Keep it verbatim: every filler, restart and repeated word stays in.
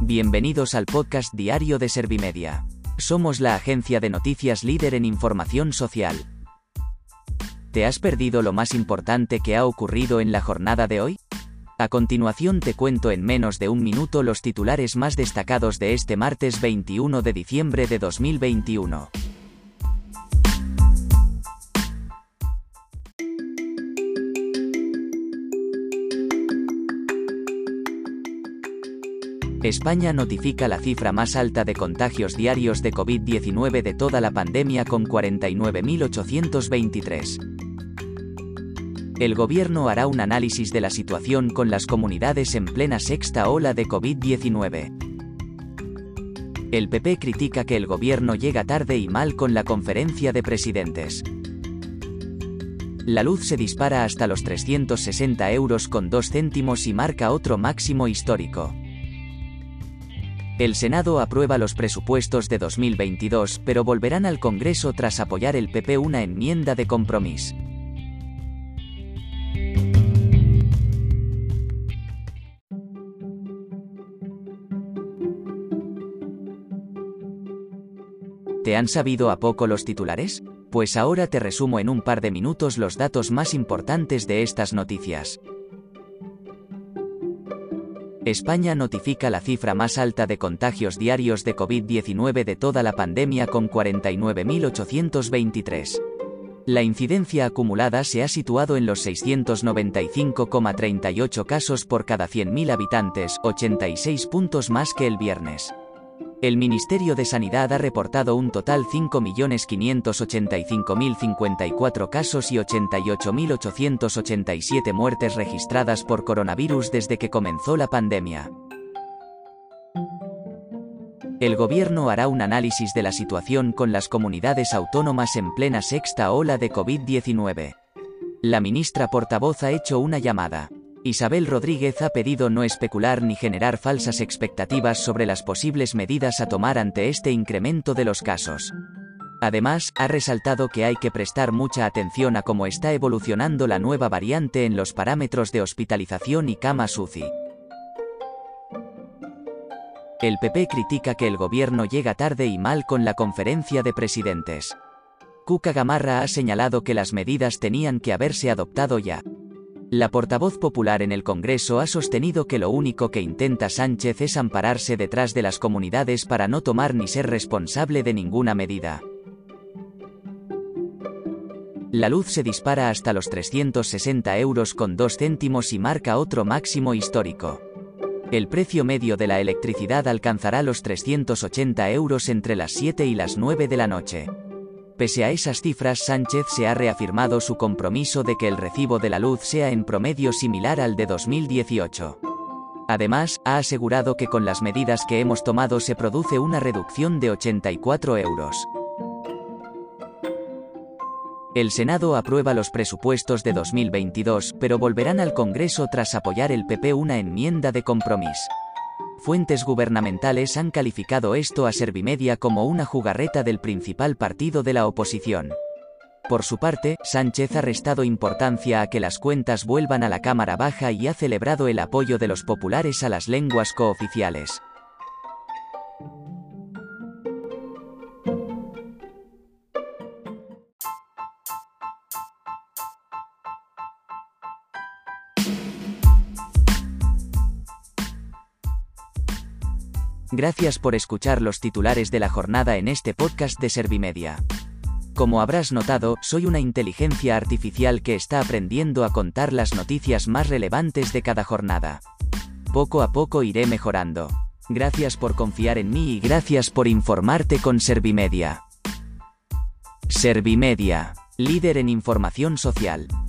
Bienvenidos al podcast diario de Servimedia. Somos la agencia de noticias líder en información social. ¿Te has perdido lo más importante que ha ocurrido en la jornada de hoy? A continuación te cuento en menos de un minuto los titulares más destacados de este martes veintiuno de diciembre de dos mil veintiuno. España notifica la cifra más alta de contagios diarios de COVID diecinueve de toda la pandemia con cuarenta y nueve mil ochocientos veintitrés. El gobierno hará un análisis de la situación con las comunidades en plena sexta ola de COVID diecinueve. El P P critica que el gobierno llega tarde y mal con la conferencia de presidentes. La luz se dispara hasta los trescientos sesenta euros con dos céntimos y marca otro máximo histórico. El Senado aprueba los presupuestos de dos mil veintidós, pero volverán al Congreso tras apoyar el P P una enmienda de compromiso. ¿Te han sabido a poco los titulares? Pues ahora te resumo en un par de minutos los datos más importantes de estas noticias. España notifica la cifra más alta de contagios diarios de COVID diecinueve de toda la pandemia con cuarenta y nueve mil ochocientos veintitrés. La incidencia acumulada se ha situado en los seiscientos noventa y cinco coma treinta y ocho casos por cada cien mil habitantes, ochenta y seis puntos más que el viernes. El Ministerio de Sanidad ha reportado un total cinco millones quinientos ochenta y cinco mil cincuenta y cuatro casos y ochenta y ocho mil ochocientos ochenta y siete muertes registradas por coronavirus desde que comenzó la pandemia. El gobierno hará un análisis de la situación con las comunidades autónomas en plena sexta ola de COVID diecinueve. La ministra portavoz ha hecho una llamada. Isabel Rodríguez ha pedido no especular ni generar falsas expectativas sobre las posibles medidas a tomar ante este incremento de los casos. Además, ha resaltado que hay que prestar mucha atención a cómo está evolucionando la nueva variante en los parámetros de hospitalización y camas U C I. El P P critica que el gobierno llega tarde y mal con la conferencia de presidentes. Cuca Gamarra ha señalado que las medidas tenían que haberse adoptado ya. La portavoz popular en el Congreso ha sostenido que lo único que intenta Sánchez es ampararse detrás de las comunidades para no tomar ni ser responsable de ninguna medida. La luz se dispara hasta los trescientos sesenta euros con dos céntimos y marca otro máximo histórico. El precio medio de la electricidad alcanzará los trescientos ochenta euros entre las siete y las nueve de la noche. Pese a esas cifras, Sánchez se ha reafirmado su compromiso de que el recibo de la luz sea en promedio similar al de dos mil dieciocho. Además, ha asegurado que con las medidas que hemos tomado se produce una reducción de ochenta y cuatro euros. El Senado aprueba los presupuestos de dos mil veintidós, pero volverán al Congreso tras apoyar el P P una enmienda de compromiso. Fuentes gubernamentales han calificado esto a Servimedia como una jugarreta del principal partido de la oposición. Por su parte, Sánchez ha restado importancia a que las cuentas vuelvan a la Cámara Baja y ha celebrado el apoyo de los populares a las lenguas cooficiales. Gracias por escuchar los titulares de la jornada en este podcast de Servimedia. Como habrás notado, soy una inteligencia artificial que está aprendiendo a contar las noticias más relevantes de cada jornada. Poco a poco iré mejorando. Gracias por confiar en mí y gracias por informarte con Servimedia. Servimedia, líder en información social.